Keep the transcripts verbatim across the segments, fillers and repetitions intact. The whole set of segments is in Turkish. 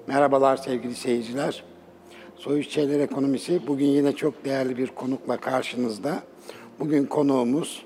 Merhabalar sevgili seyirciler. Soyuz Şeyler Ekonomisi bugün yine çok değerli bir konukla karşınızda. Bugün konuğumuz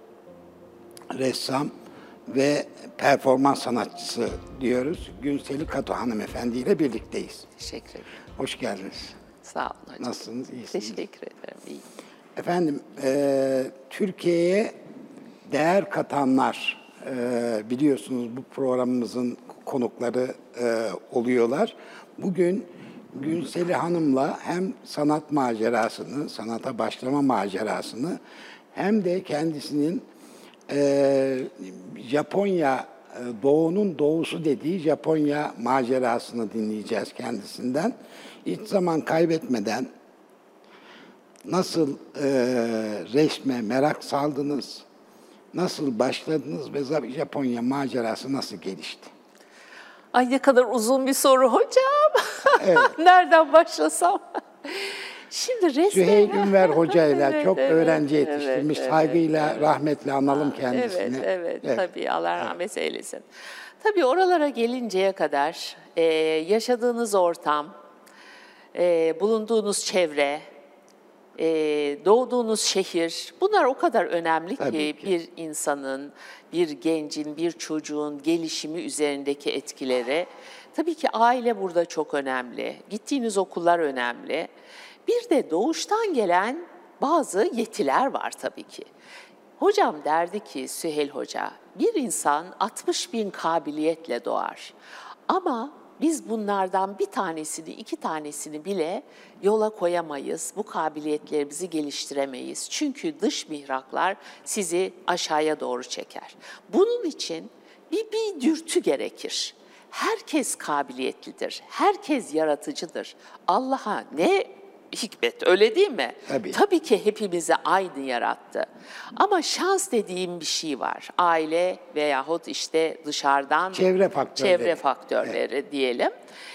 ressam ve performans sanatçısı diyoruz. Günseli Kato hanımefendi ile birlikteyiz. Teşekkür ederim. Hoş geldiniz. Sağ olun hocam. Nasılsınız? İyisiniz? Teşekkür ederim. İyiyim. Efendim, e, Türkiye'ye değer katanlar, e, biliyorsunuz bu programımızın konukları e, oluyorlar. Bugün Günseli Hanım'la hem sanat macerasını, sanata başlama macerasını hem de kendisinin e, Japonya, e, doğunun doğusu dediği Japonya macerasını dinleyeceğiz kendisinden. Hiç zaman kaybetmeden nasıl e, resme merak saldınız, nasıl başladınız ve Japonya macerası nasıl gelişti? Ay ne kadar uzun bir soru hocam. Evet. Nereden başlasam? Şimdi resme... Süheyl Ünver Hoca ile Evet, çok evet, öğrenci yetiştirmiş, evet, saygıyla, evet. rahmetle analım kendisini. Evet, evet, Evet. tabii Allah rahmet eylesin. Tabii oralara gelinceye kadar e, yaşadığınız ortam, e, bulunduğunuz çevre, e, doğduğunuz şehir, bunlar o kadar önemli ki, Tabii ki. bir insanın, bir gencin, bir çocuğun gelişimi üzerindeki etkileri. Tabii ki aile burada çok önemli, gittiğiniz okullar önemli. Bir de doğuştan gelen bazı yetiler var tabii ki. Hocam derdi ki Süheyl Hoca, bir insan altmış bin kabiliyetle doğar. Ama biz bunlardan bir tanesini, iki tanesini bile yola koyamayız. Bu kabiliyetlerimizi geliştiremeyiz. Çünkü dış mihraklar sizi aşağıya doğru çeker. Bunun için bir, bir dürtü gerekir. Herkes kabiliyetlidir, herkes yaratıcıdır. Allah'a ne hikmet, öyle değil mi? Tabii. Tabii ki hepimizi aynı yarattı. Ama şans dediğim bir şey var. Aile veyahut işte dışarıdan Çevre faktörleri. çevre faktörleri evet. diyelim.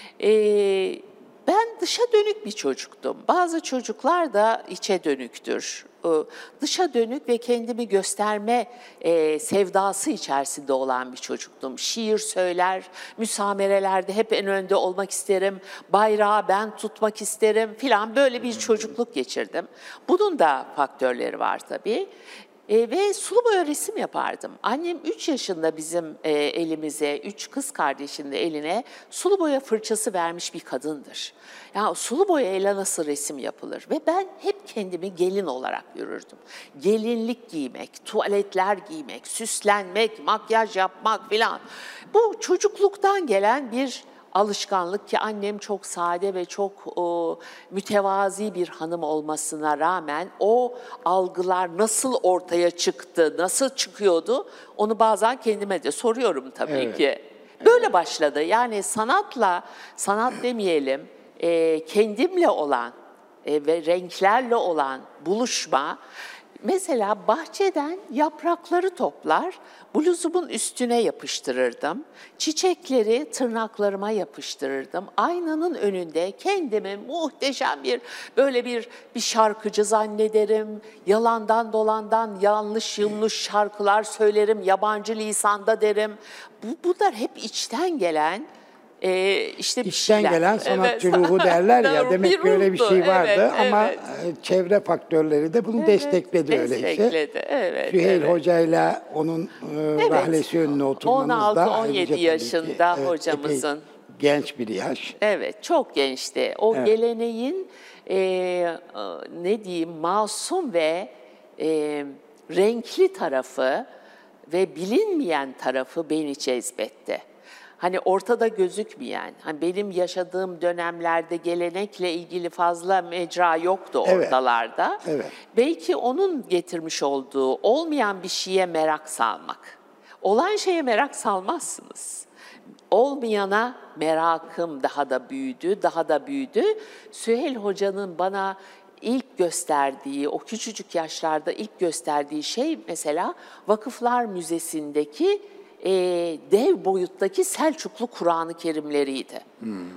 Ee, ben dışa dönük bir çocuktum. Bazı çocuklar da içe dönüktür. Ee, dışa dönük ve kendimi gösterme e, sevdası içerisinde olan bir çocuktum. Şiir söyler, müsamerelerde hep en önde olmak isterim, bayrağı ben tutmak isterim filan, böyle bir çocukluk geçirdim. Bunun da faktörleri var tabii. E, ve sulu boya resim yapardım. Annem üç yaşında bizim e, elimize, üç kız kardeşinin de eline sulu boya fırçası vermiş bir kadındır. Ya sulu boya ile nasıl resim yapılır? Ve ben hep kendimi gelin olarak görürdüm. Gelinlik giymek, tuvaletler giymek, süslenmek, makyaj yapmak filan. Bu çocukluktan gelen bir alışkanlık ki annem çok sade ve çok o, mütevazi bir hanım olmasına rağmen o algılar nasıl ortaya çıktı, nasıl çıkıyordu onu bazen kendime de soruyorum tabii evet. ki. Böyle başladı. Yani sanatla, sanat demeyelim, e, kendimle olan e, ve renklerle olan buluşma. Mesela bahçeden yaprakları toplar, bluzumun üstüne yapıştırırdım. Çiçekleri tırnaklarıma yapıştırırdım. Aynanın önünde kendimi muhteşem bir böyle bir bir şarkıcı zannederim. Yalandan dolandan yanlış yanlış şarkılar söylerim, yabancı lisanda derim. Bu, bunlar hep içten gelen Ee, işte bir İçten şeyler. gelen sanatçı evet. ruhu derler ya, demek ki öyle bir şey vardı evet, ama evet. çevre faktörleri de bunu evet, destekledi öyleyse. Destekledi, evet. Süheyl evet. Hoca'yla onun e, evet. rahlesi önüne oturmanız on altı on yedi yaşında evet, hocamızın. Genç bir yaş. Evet, çok gençti. O evet. geleneğin e, ne diyeyim masum ve e, renkli tarafı ve bilinmeyen tarafı beni cezbetti. Hani ortada gözükmeyen, hani benim yaşadığım dönemlerde gelenekle ilgili fazla mecra yoktu ortalarda. Evet. Evet. Belki onun getirmiş olduğu olmayan bir şeye merak salmak. Olan şeye merak salmazsınız. Olmayana merakım daha da büyüdü, daha da büyüdü. Süheyl Hoca'nın bana ilk gösterdiği, o küçücük yaşlarda ilk gösterdiği şey mesela Vakıflar Müzesi'ndeki E, dev boyuttaki Selçuklu Kur'an-ı Kerimleriydi. Hmm.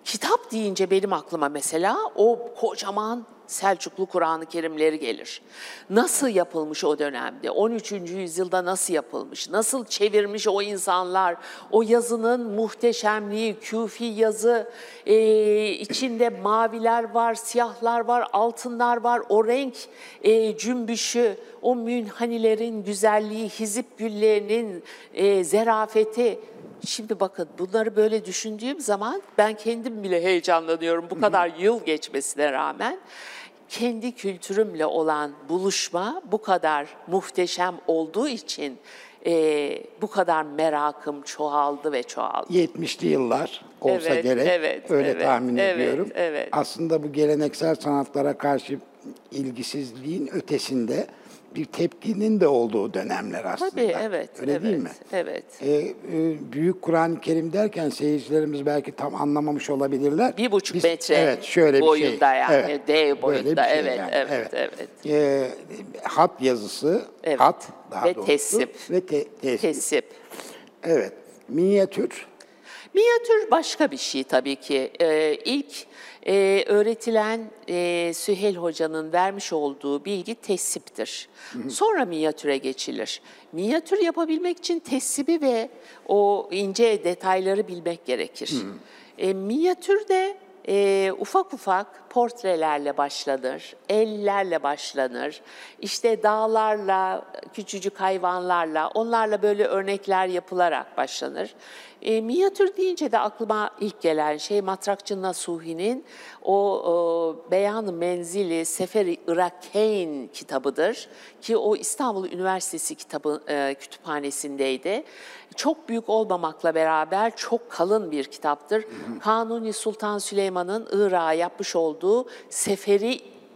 Kitap deyince benim aklıma mesela o kocaman Selçuklu Kur'an-ı Kerimleri gelir. Nasıl yapılmış o dönemde? on üçüncü yüzyılda nasıl yapılmış? Nasıl çevirmiş o insanlar? O yazının muhteşemliği, küfi yazı, e, içinde maviler var, siyahlar var, altınlar var, o renk e, cümbüşü, o münhanilerin güzelliği, hizip güllerinin e, zerafeti. Şimdi bakın bunları böyle düşündüğüm zaman ben kendim bile heyecanlanıyorum bu kadar yıl geçmesine rağmen. Kendi kültürümle olan buluşma bu kadar muhteşem olduğu için e, bu kadar merakım çoğaldı ve çoğaldı. yetmişli yıllar olsa Evet, gerek, evet, öyle evet, tahmin evet, ediyorum. evet. Aslında bu geleneksel sanatlara karşı ilgisizliğin ötesinde bir tepkinin de olduğu dönemler aslında. Tabii, evet, Öyle evet, değil mi? evet. Ee, e, büyük Kur'an-ı Kerim derken seyircilerimiz belki tam anlamamış olabilirler. Bir buçuk Biz- metre evet, şöyle boyunda bir şey. yani, Evet, dev böyle boyunda, bir şey evet, yani, evet, evet. Ee, hat yazısı, Evet. hat daha Ve doğrusu tesip. ve te- tesip. Tesip. Evet, minyatür. Minyatür başka bir şey tabii ki. Ee, ilk e, öğretilen e, Süheyl Hoca'nın vermiş olduğu bilgi tesiptir. Sonra minyatüre geçilir. Minyatür yapabilmek için tesibi ve o ince detayları bilmek gerekir. E, minyatürde e, ufak ufak portrelerle başlanır, ellerle başlanır. İşte dağlarla, küçücük hayvanlarla, onlarla böyle örnekler yapılarak başlanır. E, minyatür deyince de aklıma ilk gelen şey Matrakçı Nasuhi'nin o, o Beyan-ı Menzili Seferi Irakeyn kitabıdır ki o İstanbul Üniversitesi kitabı e, kütüphanesindeydi. Çok büyük olmamakla beraber çok kalın bir kitaptır. Kanuni Sultan Süleyman'ın Irak'a yapmış olduğu seferi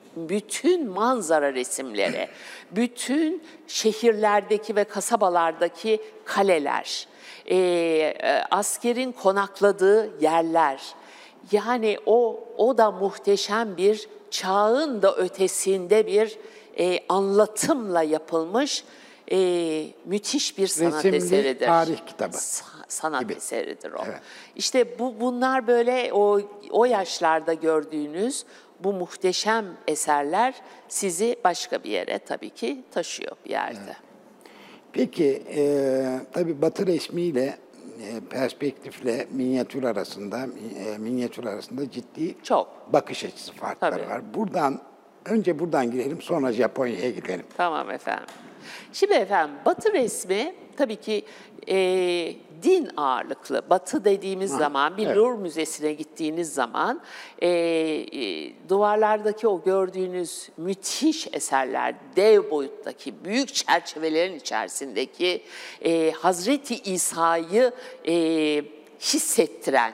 bütün manzara resimleri, bütün şehirlerdeki ve kasabalardaki kaleler, e, e, askerin konakladığı yerler, yani o o da muhteşem bir çağın da ötesinde bir e, anlatımla yapılmış e, müthiş bir sanat Resimli eseridir. tarih kitabı Sa- sanat gibi. eseridir o. Evet. İşte bu bunlar böyle o o yaşlarda gördüğünüz bu muhteşem eserler sizi başka bir yere tabii ki taşıyor bir yerde. Evet. Peki, e, tabii Batı resmiyle e, perspektifle minyatür arasında e, minyatür arasında ciddi Çok. bakış açısı farkları Tabii. var. Buradan önce buradan girelim, sonra Japonya'ya gidelim. Tamam efendim. Şimdi efendim Batı resmi tabii ki e, din ağırlıklı. Batı dediğimiz Ha, zaman bir evet. Louvre Müzesi'ne gittiğiniz zaman e, e, duvarlardaki o gördüğünüz müthiş eserler, dev boyuttaki büyük çerçevelerin içerisindeki e, Hazreti İsa'yı e, hissettiren,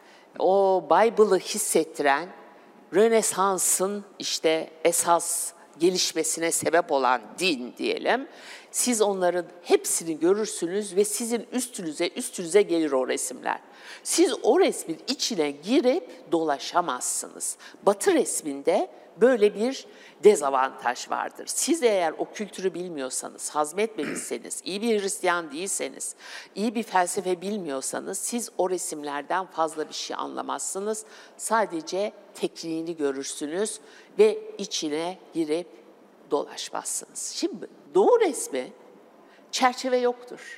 o Bible'ı hissettiren Rönesans'ın işte esas gelişmesine sebep olan din diyelim. Siz onların hepsini görürsünüz ve sizin üstünüze üstünüze gelir o resimler. Siz o resmin içine girip dolaşamazsınız. Batı resminde böyle bir dezavantaj vardır. Siz eğer o kültürü bilmiyorsanız, hazmetmemişseniz, iyi bir Hristiyan değilseniz, iyi bir felsefe bilmiyorsanız siz o resimlerden fazla bir şey anlamazsınız. Sadece tekniğini görürsünüz ve içine girip dolaşmazsınız. Şimdi Doğu resmi çerçeve yoktur.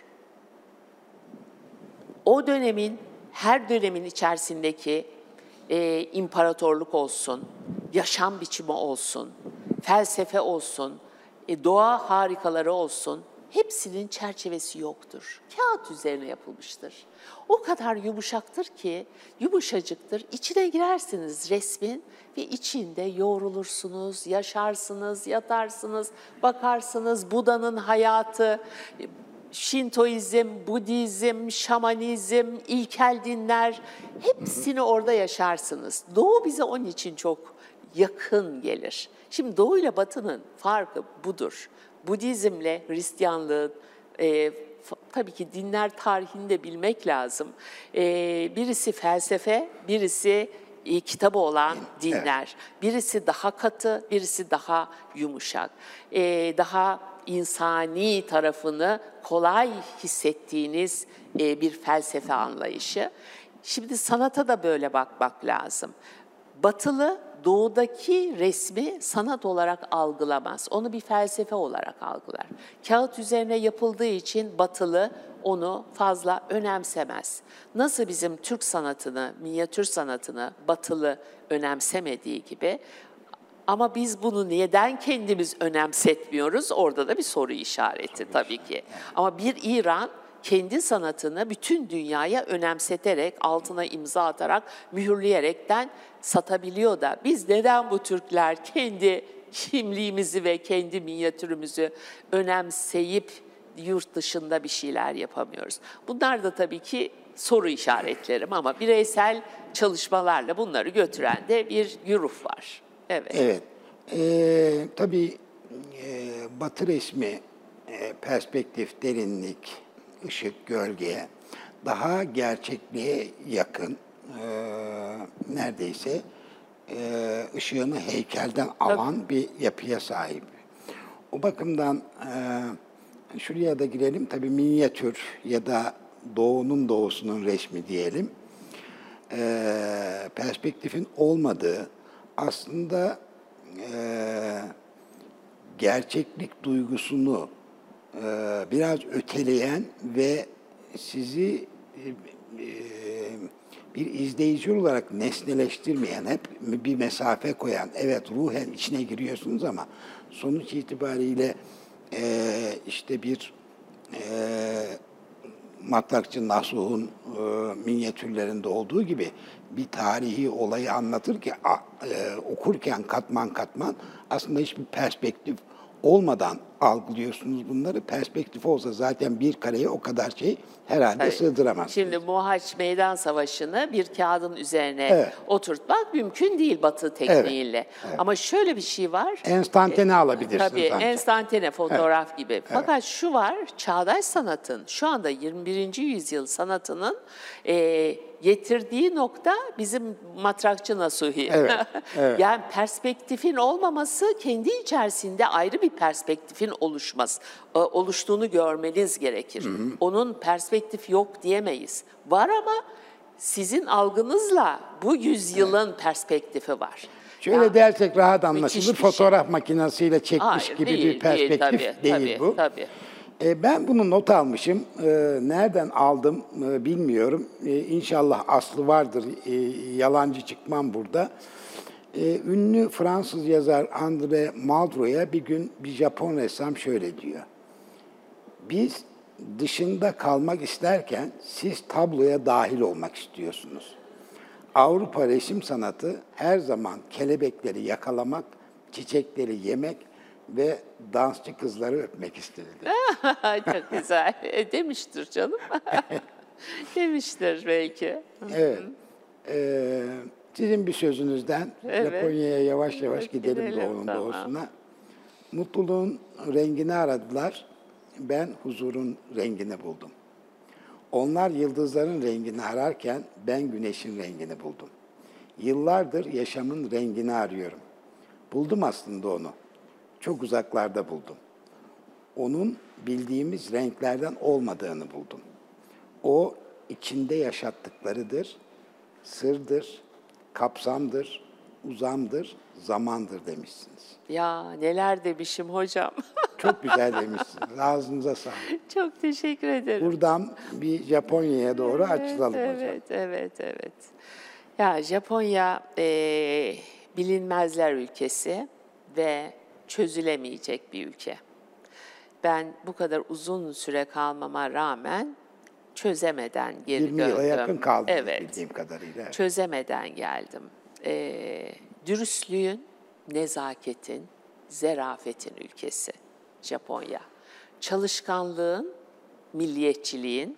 O dönemin, her dönemin içerisindeki e, imparatorluk olsun, yaşam biçimi olsun, felsefe olsun, e, doğa harikaları olsun, hepsinin çerçevesi yoktur. Kağıt üzerine yapılmıştır. O kadar yumuşaktır ki, yumuşacıktır. İçine girersiniz resmin ve içinde yoğrulursunuz, yaşarsınız, yatarsınız, bakarsınız Buda'nın hayatı, Şintoizm, Budizm, Şamanizm, ilkel dinler, hepsini orada yaşarsınız. Doğu bize onun için çok yakın gelir. Şimdi Doğu ile Batı'nın farkı budur. Budizmle Hristiyanlığın, e, tabii ki dinler tarihini de bilmek lazım. E, birisi felsefe, birisi e, kitabı olan dinler. Evet. Birisi daha katı, birisi daha yumuşak. E, daha insani tarafını kolay hissettiğiniz e, bir felsefe anlayışı. Şimdi sanata da böyle bakmak lazım. Batılı doğudaki resmi sanat olarak algılamaz. Onu bir felsefe olarak algılar. Kağıt üzerine yapıldığı için batılı onu fazla önemsemez. Nasıl bizim Türk sanatını, minyatür sanatını batılı önemsemediği gibi, ama biz bunu neden kendimiz önemsetmiyoruz? Orada da bir soru işareti tabii ki. Ama bir İran kendi sanatını bütün dünyaya önemseterek, altına imza atarak, mühürleyerekten satabiliyor da biz neden bu Türkler kendi kimliğimizi ve kendi minyatürümüzü önemseyip yurt dışında bir şeyler yapamıyoruz? Bunlar da tabii ki soru işaretlerim ama bireysel çalışmalarla bunları götüren de bir güruh var. Evet. Evet. Ee, tabii e, Batı resmi e, perspektif, derinlik, ışık, gölge daha gerçekliğe yakın, e, neredeyse e, ışığını heykelden alan bir yapıya sahip. O bakımdan e, şuraya da girelim. Tabii minyatür ya da doğunun doğusunun resmi diyelim. E, perspektifin olmadığı, aslında e, gerçeklik duygusunu e, biraz öteleyen ve sizi e, e, bir izleyici olarak nesneleştirmeyen, hep bir mesafe koyan, evet ruhen içine giriyorsunuz ama sonuç itibariyle e, işte bir e, matrakçı Nasuh'un e, minyatürlerinde olduğu gibi bir tarihi olayı anlatır ki a, e, okurken katman katman aslında hiçbir perspektif olmadan algılıyorsunuz bunları. Perspektif olsa zaten bir kareye o kadar şey herhalde Tabii. sığdıramaz. Şimdi Mohaç Meydan Savaşı'nı bir kağıdın üzerine Evet. oturtmak mümkün değil Batı tekniğiyle. Evet, evet. Ama şöyle bir şey var. Enstantane E, alabilirsiniz Tabii ancak. enstantane fotoğraf gibi. Fakat şu var, çağdaş sanatın, şu anda yirmi birinci yüzyıl sanatının e, getirdiği nokta bizim matrakçı Nasuhi. Evet, evet. Yani perspektifin olmaması kendi içerisinde ayrı bir perspektifin oluşması, e, oluştuğunu görmeniz gerekir. Hı hı. Onun perspektif yok diyemeyiz. Var ama sizin algınızla bu yüzyılın evet. perspektifi var. Şöyle ya, dersek rahat anlaşılır. Fotoğraf şey. makinesiyle çekmiş Hayır, gibi değil, bir perspektif değil, tabii, değil tabii, bu. Tabii. E, ben bunu not almışım. E, nereden aldım e, bilmiyorum. E, İnşallah aslı vardır. E, yalancı çıkmam burada. E, ünlü Fransız yazar André Malraux'a bir gün bir Japon ressam şöyle diyor. Biz dışında kalmak isterken siz tabloya dahil olmak istiyorsunuz. Avrupa resim sanatı her zaman kelebekleri yakalamak, çiçekleri yemek ve dansçı kızları öpmek istedi. Çok güzel. E, demiştir canım. Demiştir belki. Evet. Ee, sizin bir sözünüzden Evet. Japonya'ya yavaş yavaş gidelim, Gidelim, doğunun tamam. doğusuna. Mutluluğun rengini aradılar. Ben huzurun rengini buldum. Onlar yıldızların rengini ararken ben güneşin rengini buldum. Yıllardır yaşamın rengini arıyorum. Buldum aslında onu. Çok uzaklarda buldum. Onun bildiğimiz renklerden olmadığını buldum. O içinde yaşattıklarıdır, sırdır, kapsamdır, uzamdır, zamandır demişsiniz. Ya neler demişim hocam. Çok güzel demişsiniz. Ağzınıza sağlık. Çok teşekkür ederim. Buradan bir Japonya'ya doğru evet, açılalım evet, hocam. Evet, evet, evet. Ya Japonya e, bilinmezler ülkesi ve çözülemeyecek bir ülke. Ben bu kadar uzun süre kalmama rağmen çözemeden geri yirmi döndüm. yıla yakın kaldı evet. bildiğim kadarıyla. Çözemeden geldim. Ee, dürüstlüğün, nezaketin, zerafetin ülkesi Japonya. Çalışkanlığın, milliyetçiliğin,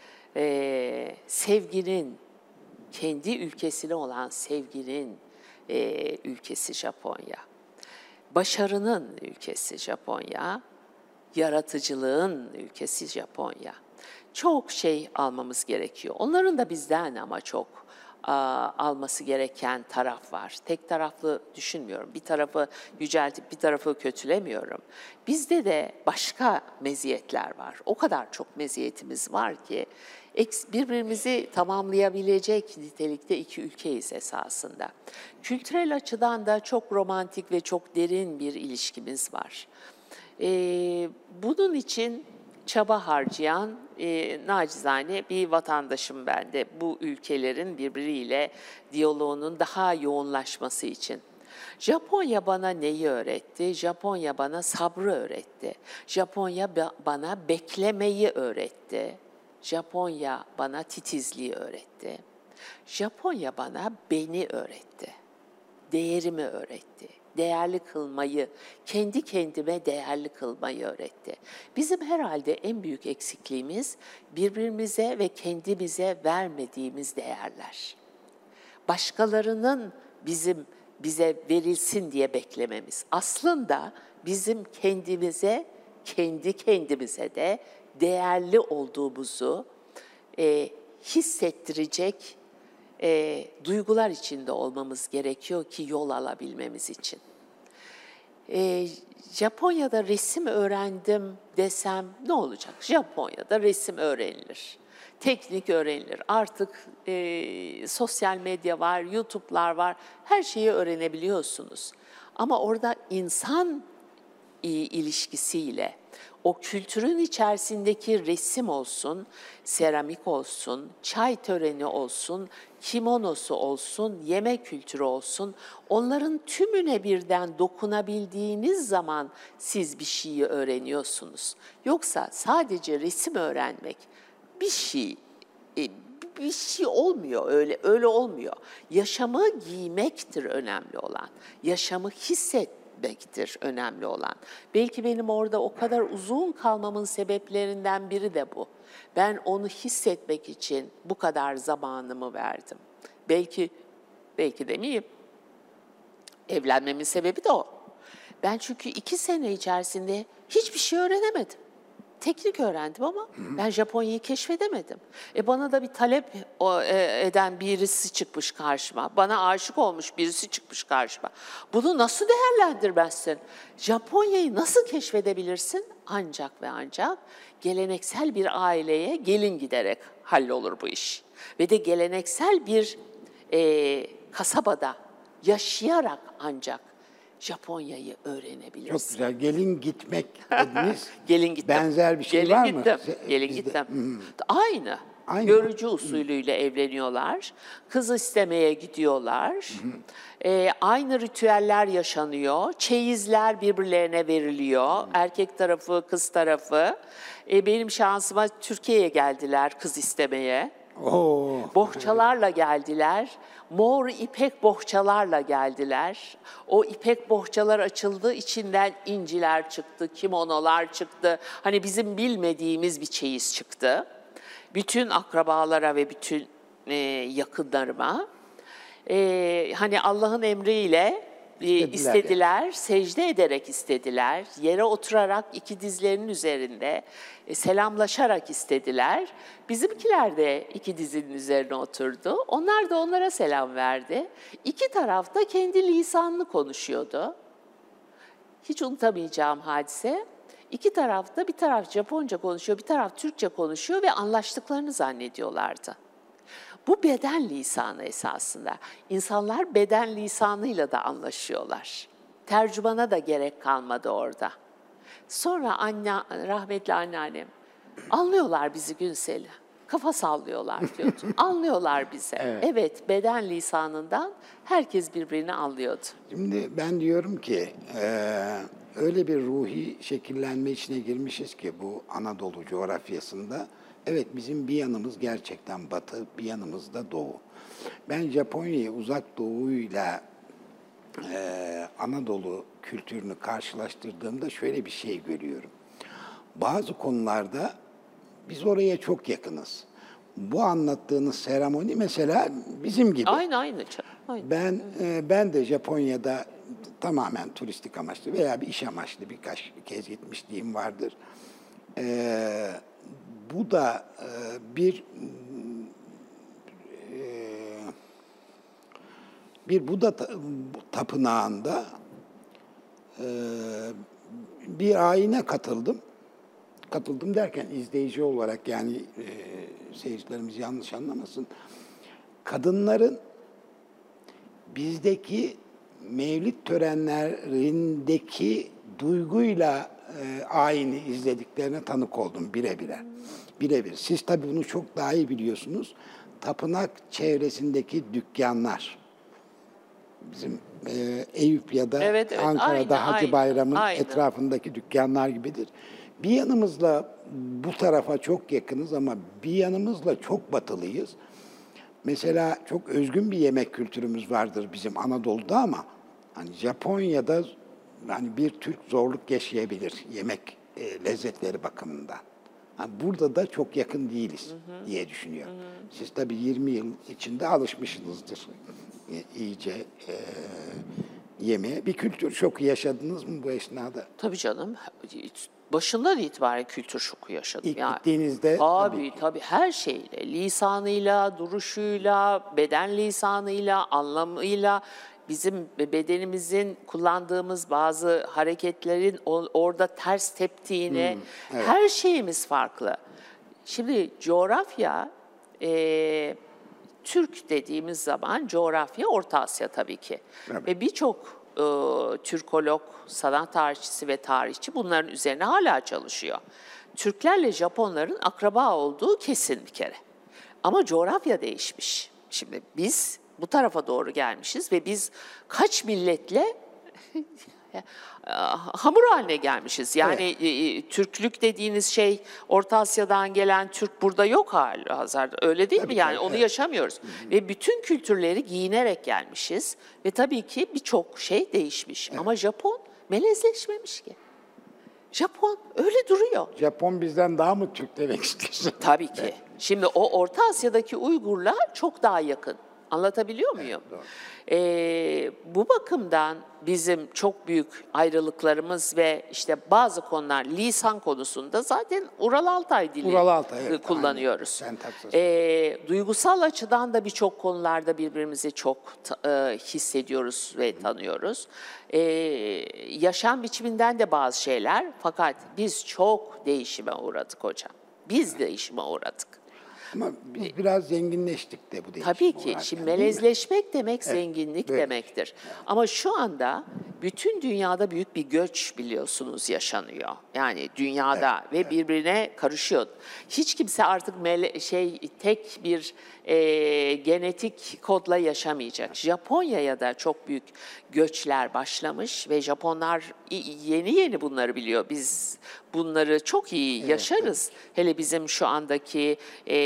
e, sevginin, kendi ülkesine olan sevginin e, ülkesi Japonya. Başarının ülkesi Japonya, yaratıcılığın ülkesi Japonya. Çok şey almamız gerekiyor. Onların da bizden ama çok a, alması gereken taraf var. Tek taraflı düşünmüyorum. Bir tarafı yüceltip bir tarafı kötülemiyorum. Bizde de başka meziyetler var. O kadar çok meziyetimiz var ki birbirimizi tamamlayabilecek nitelikte iki ülkeyiz esasında. Kültürel açıdan da çok romantik ve çok derin bir ilişkimiz var. Ee, bunun için çaba harcayan e, nacizane bir vatandaşım ben de bu ülkelerin birbiriyle diyaloğunun daha yoğunlaşması için. Japonya bana neyi öğretti? Japonya bana sabrı öğretti. Japonya bana beklemeyi öğretti. Japonya bana titizliği öğretti. Japonya bana beni öğretti. Değerimi öğretti. Değerli kılmayı, kendi kendime değerli kılmayı öğretti. Bizim herhalde en büyük eksikliğimiz birbirimize ve kendimize vermediğimiz değerler. Başkalarının bizim bize verilsin diye beklememiz. Aslında bizim kendimize, kendi kendimize de değerli olduğumuzu e, hissettirecek e, duygular içinde olmamız gerekiyor ki yol alabilmemiz için. E, Japonya'da resim öğrendim desem ne olacak? Japonya'da resim öğrenilir. Teknik öğrenilir. Artık e, sosyal medya var, YouTube'lar var. Her şeyi öğrenebiliyorsunuz. Ama orada insan e, ilişkisiyle, o kültürün içerisindeki resim olsun, seramik olsun, çay töreni olsun, kimonosu olsun, yemek kültürü olsun, onların tümüne birden dokunabildiğiniz zaman siz bir şeyi öğreniyorsunuz. Yoksa sadece resim öğrenmek bir şey, bir şey olmuyor, öyle öyle olmuyor. Yaşamı giymektir önemli olan, yaşamı hissetmektir önemli olan. Belki benim orada o kadar uzun kalmamın sebeplerinden biri de bu. Ben onu hissetmek için bu kadar zamanımı verdim. Belki, belki demeyeyim, evlenmemin sebebi de o. Ben çünkü iki sene içerisinde hiçbir şey öğrenemedim. Teknik öğrendim ama ben Japonya'yı keşfedemedim. E bana da bir talep eden birisi çıkmış karşıma. Bana aşık olmuş birisi çıkmış karşıma. Bunu nasıl değerlendirmezsin? Japonya'yı nasıl keşfedebilirsin? Ancak ve ancak geleneksel bir aileye gelin giderek hallolur bu iş. Ve de geleneksel bir e, kasabada yaşayarak ancak Japonya'yı öğrenebilirsin. Çok güzel. Gelin gitmek dediniz. Gelin gittim. Benzer bir şey Gelin var gittim. mı? Gelin Bizde- gittim. Hmm. Aynı. Aynı. Görücü usulüyle evleniyorlar. Kız istemeye gidiyorlar. Ee, aynı ritüeller yaşanıyor. Çeyizler birbirlerine veriliyor. Erkek tarafı, kız tarafı. Ee, benim şansıma Türkiye'ye geldiler kız istemeye. Oo. Bohçalarla geldiler. Mor ipek bohçalarla geldiler. O ipek bohçalar açıldı, içinden inciler çıktı, kimonolar çıktı. Hani bizim bilmediğimiz bir çeyiz çıktı. Bütün akrabalara ve bütün e, yakınlarıma. E, hani Allah'ın emriyle e, İstediler istediler, secde ederek istediler. Yere oturarak iki dizlerinin üzerinde e, selamlaşarak istediler. Bizimkiler de iki dizinin üzerine oturdu. Onlar da onlara selam verdi. İki taraf da kendi lisanını konuşuyordu. Hiç unutamayacağım hadise. İki tarafta bir taraf Japonca konuşuyor, bir taraf Türkçe konuşuyor ve anlaştıklarını zannediyorlardı. Bu beden lisanı esasında. İnsanlar beden lisanıyla da anlaşıyorlar. Tercümana da gerek kalmadı orada. Sonra anne, rahmetli anneannem, anlıyorlar bizi Günsel'i. Kafa sallıyorlar diyordu. Anlıyorlar bizi. Evet. Evet, beden lisanından herkes birbirini anlıyordu. Şimdi ben diyorum ki eee, öyle bir ruhi şekillenme içine girmişiz ki bu Anadolu coğrafyasında. Evet, bizim bir yanımız gerçekten batı, bir yanımız da doğu. Ben Japonya'yı uzak doğuyla eee Anadolu kültürünü karşılaştırdığımda şöyle bir şey görüyorum. Bazı konularda biz oraya çok yakınız. Bu anlattığınız seremoni mesela bizim gibi. Aynı aynı. aynı. Ben e, ben de Japonya'da tamamen turistik amaçlı veya bir iş amaçlı birkaç kez gitmişliğim vardır. E, bu da e, bir e, bir Buda ta- tapınağında e, bir ayine katıldım. Katıldım derken izleyici olarak, yani e, seyircilerimiz yanlış anlamasın. Kadınların bizdeki mevlid törenlerindeki duyguyla e, ayini izlediklerine tanık oldum bire-bire. Birebir. Siz tabii bunu çok daha iyi biliyorsunuz. Tapınak çevresindeki dükkanlar, bizim e, Eyüp ya da Evet, evet, Ankara'da aynı, Hacı aynı, Bayram'ın aynı. etrafındaki dükkanlar gibidir. Bir yanımızla bu tarafa çok yakınız ama bir yanımızla çok batılıyız. Mesela çok özgün bir yemek kültürümüz vardır bizim Anadolu'da ama hani Japonya'da hani bir Türk zorluk yaşayabilir yemek e, lezzetleri bakımından. Ha, burada da çok yakın değiliz hı hı. diye düşünüyorum. Hı hı. Siz tabii yirmi yıl içinde alışmışsınızdır e, iyice e, yemeğe. Bir kültür şoku yaşadınız mı bu esnada? Tabii canım. Başından itibaren kültür şoku yaşadım. İlk yani, gittiğinizde tabii, tabii tabii, tabii her şeyle, lisanıyla, duruşuyla, beden lisanıyla, anlamıyla, bizim bedenimizin kullandığımız bazı hareketlerin orada ters teptiğine, hmm, evet. her şeyimiz farklı. Şimdi coğrafya, e, Türk dediğimiz zaman coğrafya Orta Asya tabii ki. Evet. Ve birçok e, Türkolog, sanat tarihçisi ve tarihçi bunların üzerine hala çalışıyor. Türklerle Japonların akraba olduğu kesin bir kere. Ama coğrafya değişmiş. Şimdi biz bu tarafa doğru gelmişiz ve biz kaç milletle hamur haline gelmişiz. Yani evet. e, Türklük dediğiniz şey Orta Asya'dan gelen Türk burada yok halihazırda. Öyle değil tabii mi? Yani tabii, onu evet. yaşamıyoruz. Hı-hı. Ve bütün kültürleri giyinerek gelmişiz. Ve tabii ki birçok şey değişmiş. Evet. Ama Japon melezleşmemiş ki. Japon öyle duruyor. Japon bizden daha mı Türk demek istiyorsun? Tabii ki. Evet. Şimdi o Orta Asya'daki Uygurlar çok daha yakın. Anlatabiliyor muyum? Evet, ee, bu bakımdan bizim çok büyük ayrılıklarımız ve işte bazı konular, lisan konusunda zaten Ural Altay dili Ural Altay, evet, kullanıyoruz. Ee, duygusal açıdan da birçok konularda birbirimizi çok e, hissediyoruz ve tanıyoruz. Ee, yaşam biçiminden de bazı şeyler, fakat biz çok değişime uğradık hocam. Biz evet. değişime uğradık. Ama biz biraz zenginleştik de bu değişim Tabii ki. olarak, Şimdi yani, melezleşmek demek evet, zenginlik böyle. demektir. Evet. Ama şu anda bütün dünyada büyük bir göç biliyorsunuz yaşanıyor. Yani dünyada evet, ve evet. birbirine karışıyor. Hiç kimse artık mele- şey tek bir e, genetik kodla yaşamayacak. Evet. Japonya'ya da çok büyük göçler başlamış ve Japonlar yeni yeni bunları biliyor. Biz bunları çok iyi evet, yaşarız. Evet. Hele bizim şu andaki e,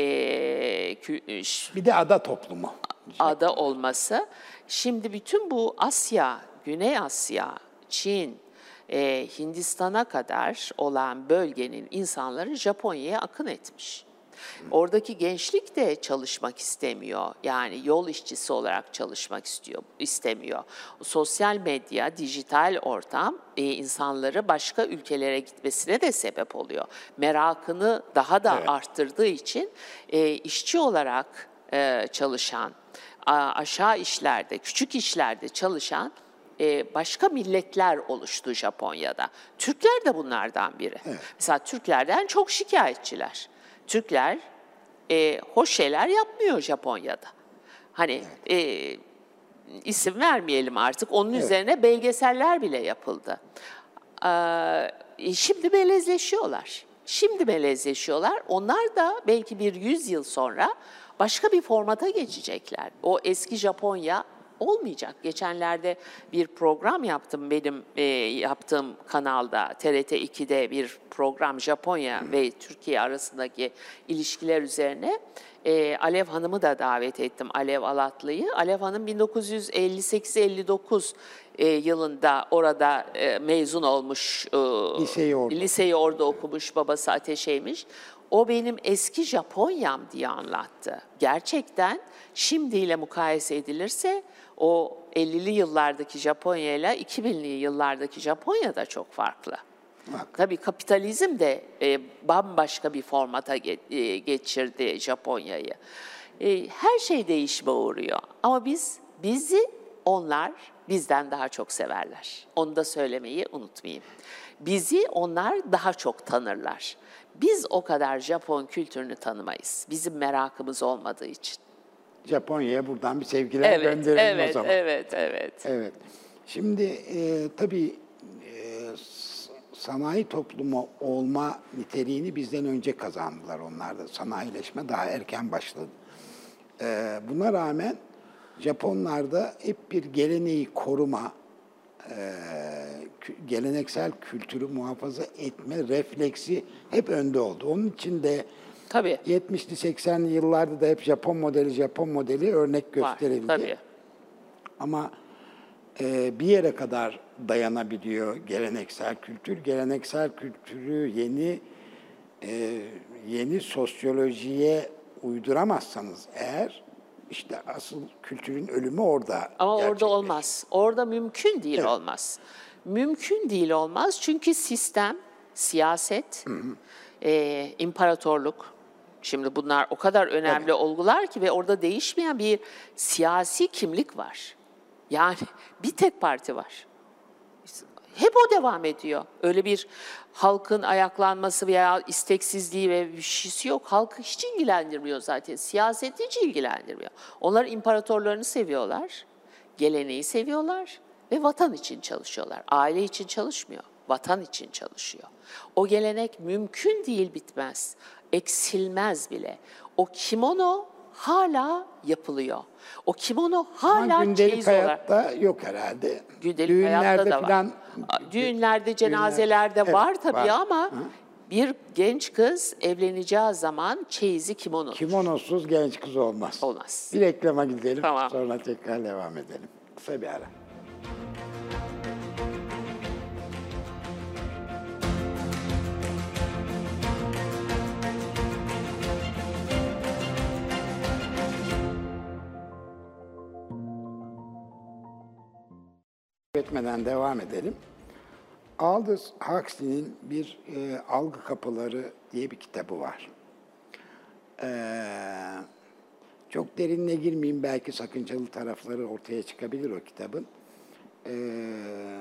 bir de ada toplumu. Ada olması. Şimdi bütün bu Asya, Güney Asya, Çin, e, Hindistan'a kadar olan bölgenin insanları Japonya'ya akın etmiş. Oradaki gençlik de çalışmak istemiyor. Yani yol işçisi olarak çalışmak istiyor, istemiyor. Sosyal medya, dijital ortam e, insanları başka ülkelere gitmesine de sebep oluyor. Merakını daha da evet. arttırdığı için e, işçi olarak e, çalışan, a, aşağı işlerde, küçük işlerde çalışan e, başka milletler oluştu Japonya'da. Türkler de bunlardan biri. Evet. Mesela Türklerden çok şikayetçiler. Türkler e, hoş şeyler yapmıyor Japonya'da. Hani evet. e, isim vermeyelim artık. Onun evet. üzerine belgeseller bile yapıldı. E, şimdi melezleşiyorlar. Şimdi melezleşiyorlar. Onlar da belki bir yüz yıl sonra başka bir formata geçecekler. O eski Japonya olmayacak. Geçenlerde bir program yaptım benim e, yaptığım kanalda, T R T iki'de bir program Japonya hmm. ve Türkiye arasındaki ilişkiler üzerine. E, Alev Hanım'ı da davet ettim, Alev Alatlı'yı. Alev Hanım bin dokuz yüz elli sekiz elli dokuz e, yılında orada e, mezun olmuş. E, liseyi, orada. liseyi orada okumuş, babası ateşeymiş. O benim eski Japonyam diye anlattı. Gerçekten şimdiyle mukayese edilirse o ellili yıllardaki Japonya ile iki binli yıllardaki Japonya da çok farklı. Bak. Tabii kapitalizm de e, bambaşka bir formata ge- e, geçirdi Japonya'yı. E, her şey değişime uğruyor. Ama biz bizi onlar bizden daha çok severler. Onu da söylemeyi unutmayayım. Bizi onlar daha çok tanırlar. Biz o kadar Japon kültürünü tanımayız. Bizim merakımız olmadığı için. Japonya'ya buradan bir sevgiler Evet, gönderelim evet, o zaman. evet, evet. Evet. Şimdi e, tabii e, s- sanayi toplumu olma niteliğini bizden önce kazandılar onlar da. Sanayileşme daha erken başladı. E, buna rağmen Japonlarda hep bir geleneği koruma, e, kü- geleneksel kültürü muhafaza etme refleksi hep önde oldu. Onun için de Tabii. yetmişli seksenli yıllarda da hep Japon modeli, Japon modeli örnek Var, gösterildi. tabii. Ama e, bir yere kadar dayanabiliyor geleneksel kültür. Geleneksel kültürü yeni e, yeni sosyolojiye uyduramazsanız eğer, işte asıl kültürün ölümü orada Ama orada gerçekleşir. olmaz. Orada mümkün değil Evet. olmaz. Mümkün değil olmaz çünkü sistem, siyaset, e, imparatorluk, şimdi bunlar o kadar önemli Tabii. olgular ki ve orada değişmeyen bir siyasi kimlik var. Yani bir tek parti var. Hep o devam ediyor. Öyle bir halkın ayaklanması veya isteksizliği ve bir şeysi yok. Halkı hiç ilgilendirmiyor zaten. Siyaseti hiç ilgilendirmiyor. Onlar imparatorlarını seviyorlar, geleneği seviyorlar ve vatan için çalışıyorlar. Aile için çalışmıyor, vatan için çalışıyor. O gelenek mümkün değil bitmez, eksilmez bile. O kimono hala yapılıyor. O kimono Ama hala gündelik çeyiz olarak. hayatta yok herhalde. Gündelik hayatta Düğünlerde da var. falan. Düğünlerde, cenazelerde Evet, var tabii var. ama Hı. bir genç kız evleneceği zaman çeyizi kimono Kimonosuz genç kız olmaz. olmaz. Bir reklama gidelim, Tamam. sonra tekrar devam edelim. Kısa bir ara. Etmeden devam edelim. Aldous Huxley'nin bir e, Algı Kapıları diye bir kitabı var. Ee, çok derinine girmeyeyim, belki sakıncalı tarafları ortaya çıkabilir o kitabın. Ee,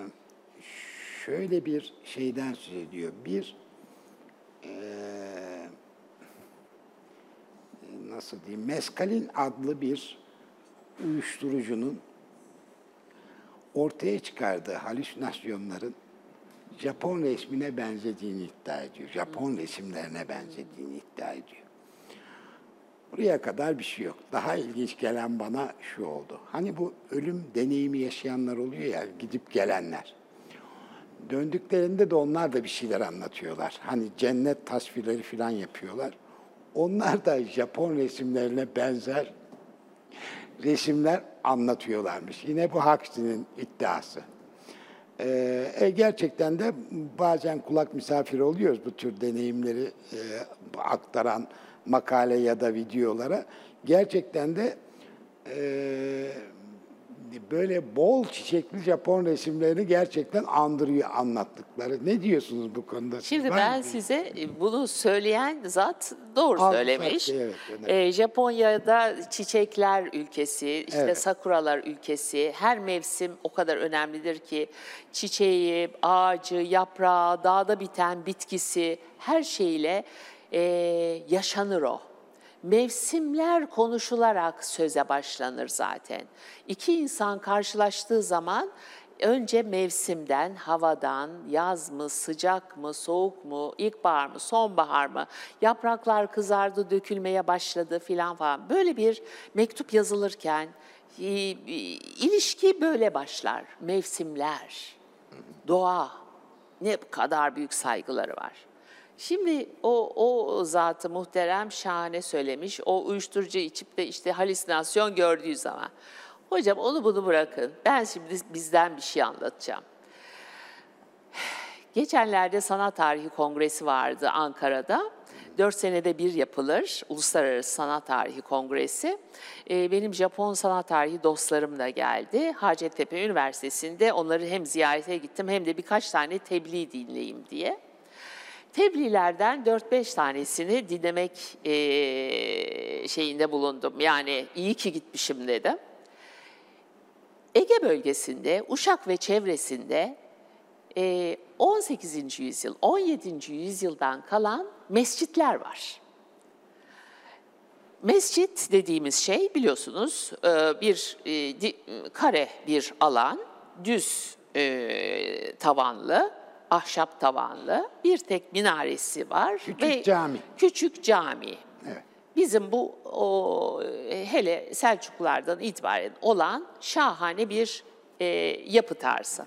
şöyle bir şeyden söz ediyor. Bir, e, nasıl diyeyim, meskalin adlı bir uyuşturucunun ortaya çıkardığı halüsinasyonların Japon resmine benzediğini iddia ediyor. Japon resimlerine benzediğini iddia ediyor. Buraya kadar bir şey yok. Daha ilginç gelen bana şu oldu. Hani bu ölüm deneyimi yaşayanlar oluyor ya, gidip gelenler. Döndüklerinde de onlar da bir şeyler anlatıyorlar. Hani cennet tasvirleri falan yapıyorlar. Onlar da Japon resimlerine benzer resimler anlatıyorlarmış. Yine bu Huxley'nin iddiası. Ee, e, gerçekten de bazen kulak misafiri oluyoruz bu tür deneyimleri e, aktaran makale ya da videolara. Gerçekten de e, böyle bol çiçekli Japon resimlerini gerçekten andırıyor anlattıkları. Ne diyorsunuz bu konuda? Şimdi Var ben mı? size bunu söyleyen zat doğru Aldous söylemiş. Huxley, evet, önemli. Ee, Japonya'da çiçekler ülkesi, işte Evet. sakuralar ülkesi, her mevsim o kadar önemlidir ki çiçeği, ağacı, yaprağı, dağda biten bitkisi her şeyle e, yaşanır o. Mevsimler konuşularak söze başlanır zaten. İki insan karşılaştığı zaman önce mevsimden, havadan, yaz mı, sıcak mı, soğuk mu, ilkbahar mı, sonbahar mı, yapraklar kızardı, dökülmeye başladı filan falan. Böyle bir mektup yazılırken e, e, ilişki böyle başlar. Mevsimler, doğa, ne kadar büyük saygıları var. Şimdi o, o zatı muhterem şahane söylemiş. O uyuşturucu içip de işte halüsinasyon gördüğü zaman. Hocam onu bunu bırakın. Ben şimdi bizden bir şey anlatacağım. Geçenlerde Sanat Tarihi Kongresi vardı Ankara'da. Dört senede bir yapılır Uluslararası Sanat Tarihi Kongresi. Ee, benim Japon sanat tarihi dostlarım da geldi. Hacettepe Üniversitesi'nde onları hem ziyarete gittim hem de birkaç tane tebliğ dinleyeyim diye. Tebliğlerden dört beş tanesini dinlemek e, şeyinde bulundum. Yani iyi ki gitmişim dedim. Ege bölgesinde, Uşak ve çevresinde e, on sekizinci yüzyıl, on yedinci yüzyıldan kalan mescitler var. Mescit dediğimiz şey biliyorsunuz e, bir e, di, kare bir alan, düz e, tavanlı, ahşap tavanlı, bir tek minaresi var. Küçük ve cami. Küçük cami. Evet. Bizim bu o, hele Selçuklulardan itibaren olan şahane bir e, yapı tarzı.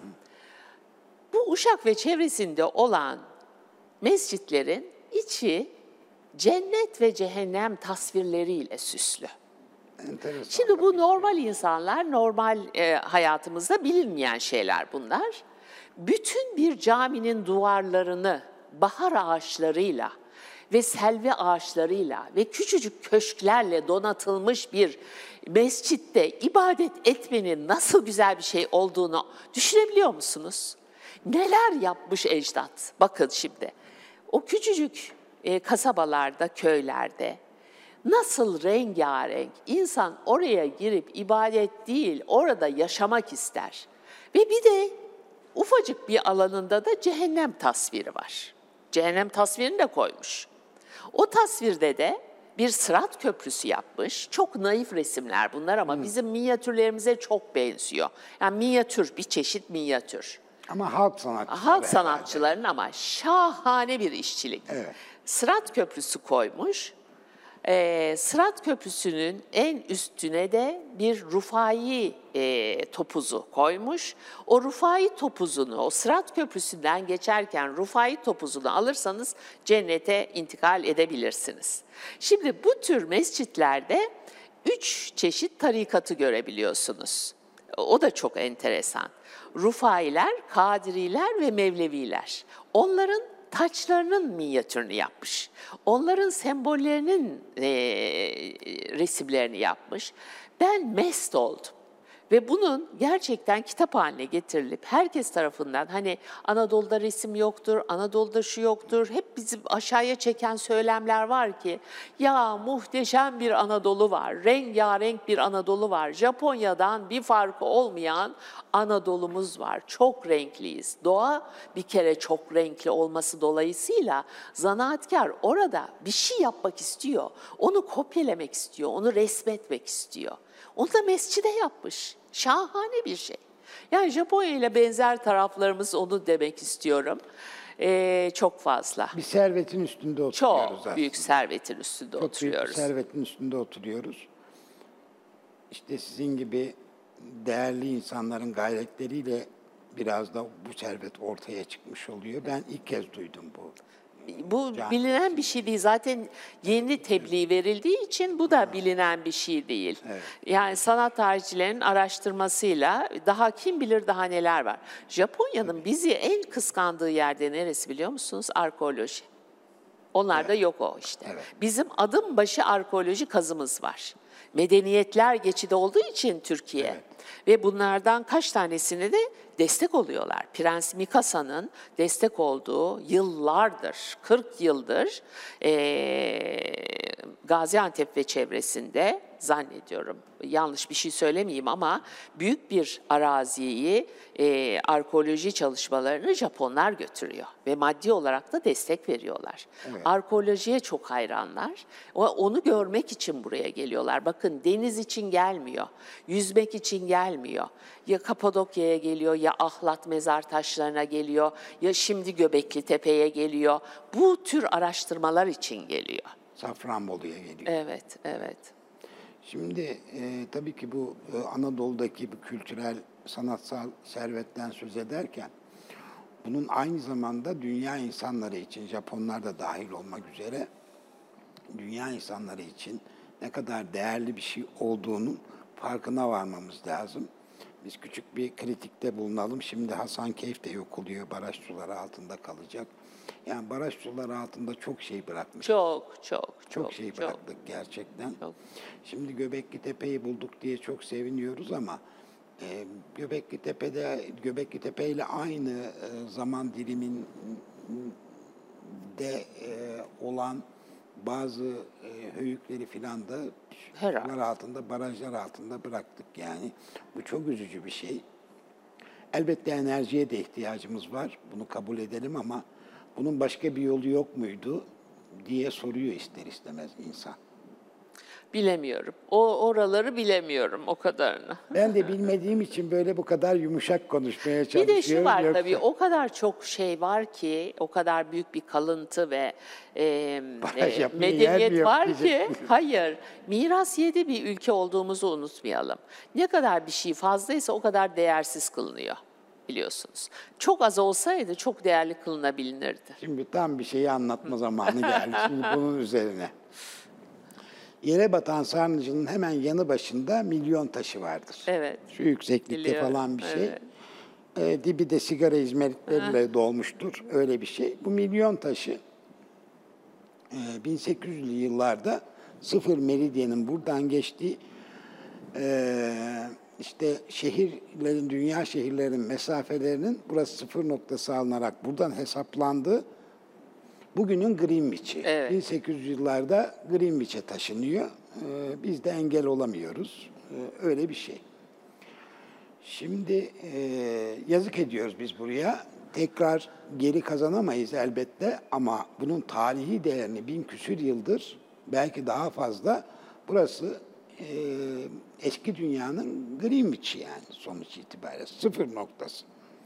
Bu Uşak ve çevresinde olan mescitlerin içi cennet ve cehennem tasvirleriyle süslü. Enteresan. Şimdi bu normal insanlar, normal e, hayatımızda bilinmeyen şeyler bunlar. Bütün bir caminin duvarlarını bahar ağaçlarıyla ve selvi ağaçlarıyla ve küçücük köşklerle donatılmış bir mescitte ibadet etmenin nasıl güzel bir şey olduğunu düşünebiliyor musunuz? Neler yapmış ecdat? Bakın şimdi, o küçücük e, kasabalarda, köylerde nasıl rengarenk, insan oraya girip ibadet değil, orada yaşamak ister. Ve bir de ufacık bir alanında da cehennem tasviri var. Cehennem tasvirini de koymuş. O tasvirde de bir Sırat Köprüsü yapmış. Çok naif resimler bunlar ama hmm. bizim minyatürlerimize çok benziyor. Yani minyatür, bir çeşit minyatür. Ama halk sanatçıları. Halk sanatçılarının ama şahane bir işçilik. Evet. Sırat Köprüsü koymuş. Ee, Sırat Köprüsü'nün en üstüne de bir Rufai e, topuzu koymuş. O Rufai topuzunu, o Sırat Köprüsü'nden geçerken Rufai topuzunu alırsanız cennete intikal edebilirsiniz. Şimdi bu tür mescitlerde üç çeşit tarikatı görebiliyorsunuz. O da çok enteresan. Rufailer, Kadiriler ve Mevleviler. Onların taçlarının minyatürünü yapmış. Onların sembollerinin e, resimlerini yapmış. Ben mest oldum. Ve bunun gerçekten kitap haline getirilip herkes tarafından, hani Anadolu'da resim yoktur, Anadolu'da şu yoktur, hep bizi aşağıya çeken söylemler var ki, ya muhteşem bir Anadolu var, rengarenk bir Anadolu var, Japonya'dan bir farkı olmayan Anadolu'muz var, çok renkliyiz. Doğa bir kere çok renkli olması dolayısıyla zanaatkar orada bir şey yapmak istiyor, onu kopyalamak istiyor, onu resmetmek istiyor. Onu da mescide yapmış. Şahane bir şey. Yani Japonya ile benzer taraflarımız onu demek istiyorum. Ee, çok fazla. Bir servetin üstünde oturuyoruz Çok aslında. büyük servetin üstünde Çok oturuyoruz. Çok büyük bir servetin üstünde oturuyoruz. İşte sizin gibi değerli insanların gayretleriyle biraz da bu servet ortaya çıkmış oluyor. Ben ilk kez duydum bu. Bu bilinen bir şey değil. Zaten yeni tebliğ verildiği için bu da bilinen bir şey değil. Evet. Yani sanat tarihçilerinin araştırmasıyla daha kim bilir daha neler var. Japonya'nın bizi en kıskandığı yerde neresi biliyor musunuz? Arkeoloji. Onlarda evet. yok o işte. Evet. Bizim adım başı arkeoloji kazımız var. Medeniyetler geçidi olduğu için Türkiye. Evet. Ve bunlardan kaç tanesini de destek oluyorlar. Prens Mikasa'nın destek olduğu yıllardır, kırk yıldır e, Gaziantep ve çevresinde zannediyorum, yanlış bir şey söylemeyeyim ama büyük bir araziyi, e, arkeoloji çalışmalarını Japonlar götürüyor ve maddi olarak da destek veriyorlar. Evet. Arkeolojiye çok hayranlar. Onu görmek için buraya geliyorlar. Bakın deniz için gelmiyor, yüzmek için gelmiyor. Ya Kapadokya'ya geliyor, ya Ahlat mezar taşlarına geliyor, ya şimdi Göbekli Tepe'ye geliyor. Bu tür araştırmalar için geliyor. Safranbolu'ya geliyor. Evet, evet. Şimdi e, tabii ki bu e, Anadolu'daki bu kültürel, sanatsal servetten söz ederken bunun aynı zamanda dünya insanları için, Japonlar da dahil olmak üzere dünya insanları için ne kadar değerli bir şey olduğunun farkına varmamız lazım. Biz küçük bir kritikte bulunalım. Şimdi Hasankeyf de yok oluyor, baraj suları altında kalacak. Yani baraj suları altında çok şey bırakmış. Çok, çok, çok. Çok şey çok, bıraktık gerçekten. Çok. Şimdi Göbekli Tepe'yi bulduk diye çok seviniyoruz ama e, Göbekli Tepe'de Göbekli Tepe ile aynı e, zaman diliminde e, olan bazı e, höyükleri filan da Herhalde. sular altında, barajlar altında bıraktık yani. Bu çok üzücü bir şey. Elbette enerjiye de ihtiyacımız var. Bunu kabul edelim ama bunun başka bir yolu yok muydu diye soruyor ister istemez insan. Bilemiyorum. O oraları bilemiyorum o kadarını. Ben de bilmediğim için böyle bu kadar yumuşak konuşmaya çalışıyorum. Bir de şu var Yoksa tabii, o kadar çok şey var ki, o kadar büyük bir kalıntı ve e, Baraj e, yapmaya yer mi medeniyet yok var diyecek ki, misin? hayır, miras yedi bir ülke olduğumuzu unutmayalım. Ne kadar bir şey fazlaysa o kadar değersiz kılınıyor, biliyorsunuz. Çok az olsaydı çok değerli kılınabilirdi. Şimdi tam bir şeyi anlatma zamanı geldi. Şimdi bunun üzerine. Yere batan sarnıcının hemen yanı başında milyon taşı vardır. Evet. Şu yükseklikte Biliyorum, falan bir şey. evet. Ee, dibi de sigara izmaritleriyle dolmuştur. Öyle bir şey. Bu milyon taşı e, bin sekiz yüzlü yıllarda sıfır meridyenin buradan geçtiği e, işte şehirlerin, dünya şehirlerin mesafelerinin burası sıfır noktası alınarak buradan hesaplandığı bugünün Greenwich'i. Evet. bin sekiz yüz yıllarda Greenwich'e taşınıyor. Ee, biz de engel olamıyoruz. Ee, öyle bir şey. Şimdi e, yazık ediyoruz biz buraya. Tekrar geri kazanamayız elbette ama bunun tarihi değerini bin küsür yıldır, belki daha fazla, burası e, eski dünyanın Greenwich'i yani sonuç itibariyle sıfır noktası.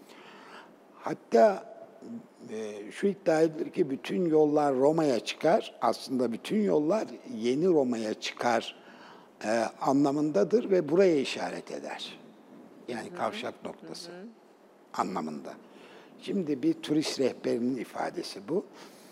Hatta e, şu iddia edilir ki bütün yollar Roma'ya çıkar. Aslında bütün yollar yeni Roma'ya çıkar e, anlamındadır ve buraya işaret eder. Yani kavşak noktası anlamında. Şimdi bir turist rehberinin ifadesi bu.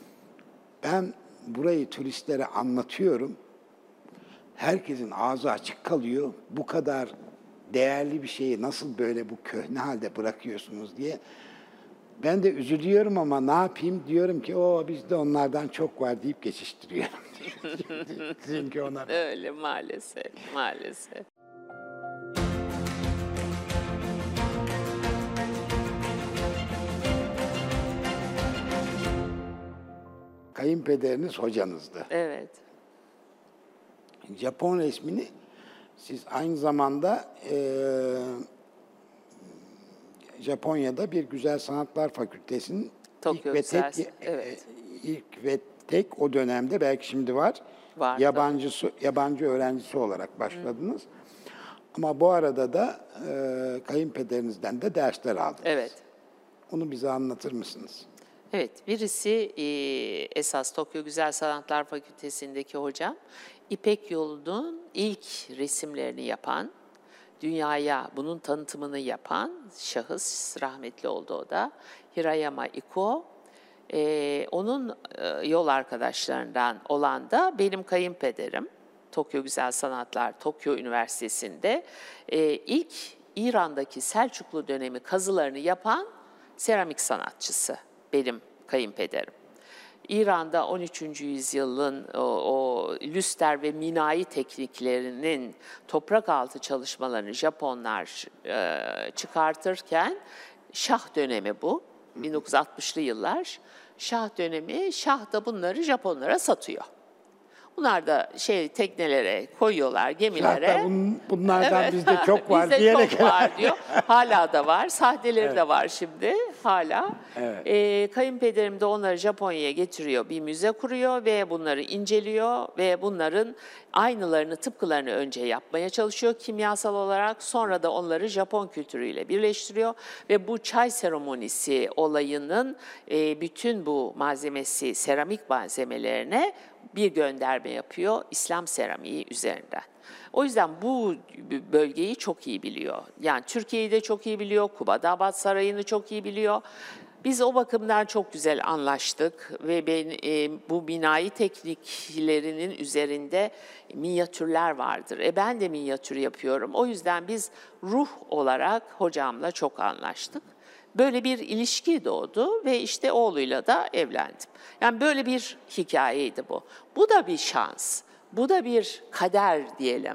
Ben burayı turistlere anlatıyorum. Herkesin ağzı açık kalıyor. Bu kadar değerli bir şeyi nasıl böyle bu köhne halde bırakıyorsunuz diye. Ben de üzülüyorum ama ne yapayım, diyorum ki o bizde onlardan çok var deyip geçiştiriyorum. Çünkü ona Öyle maalesef, maalesef. kayınpederiniz hocanızdı. Evet. Japon resmini siz aynı zamanda eee Japonya'da bir Güzel Sanatlar Fakültesi'nin Tokyo ilk ve Güzel- tek evet. e, ilk ve tek o dönemde, belki şimdi var. Var, Yabancısı yabancı öğrencisi olarak başladınız. Ama bu arada da e, kayınpederinizden de dersler aldınız. Evet. Onu bize anlatır mısınız? Evet, birisi e, esas Tokyo Güzel Sanatlar Fakültesi'ndeki hocam, İpek Yolu'nun ilk resimlerini yapan, dünyaya bunun tanıtımını yapan şahıs, rahmetli oldu o da, Hirayama Ikuo. E, onun e, yol arkadaşlarından olan da benim kayınpederim. Tokyo Güzel Sanatlar, Tokyo Üniversitesi'nde e, ilk İran'daki Selçuklu dönemi kazılarını yapan seramik sanatçısı benim kayınpederim. İran'da on üçüncü yüzyılın o, o lüster ve minayi tekniklerinin toprak altı çalışmalarını Japonlar e, çıkartırken, Şah dönemi bu, bin dokuz yüz altmışlı yıllar. Şah dönemi, Şah da bunları Japonlara satıyor. Bunlar da şey teknelere koyuyorlar, gemilere. Hatta bun, bunlardan Evet. bizde çok var Bizde diyerek. çok var diyor. Hala da var. Sahteleri evet. de var şimdi. Hala. Evet. Ee, kayınpederim de onları Japonya'ya getiriyor. Bir müze kuruyor ve bunları inceliyor ve bunların aynılarını, tıpkılarını önce yapmaya çalışıyor kimyasal olarak. Sonra da onları Japon kültürüyle birleştiriyor ve bu çay seremonisi olayının e, bütün bu malzemesi, seramik malzemelerine bir gönderme yapıyor İslam seramiği üzerinden. O yüzden bu bölgeyi çok iyi biliyor. Yani Türkiye'yi de çok iyi biliyor, Kubadabad Sarayı'nı çok iyi biliyor. Biz o bakımdan çok güzel anlaştık ve ben e, bu minayi tekniklerinin üzerinde minyatürler vardır. E ben de minyatür yapıyorum. O yüzden biz ruh olarak hocamla çok anlaştık. Böyle bir ilişki doğdu ve işte oğluyla da evlendim. Yani böyle bir hikayeydi bu. Bu da bir şans, bu da bir kader diyelim.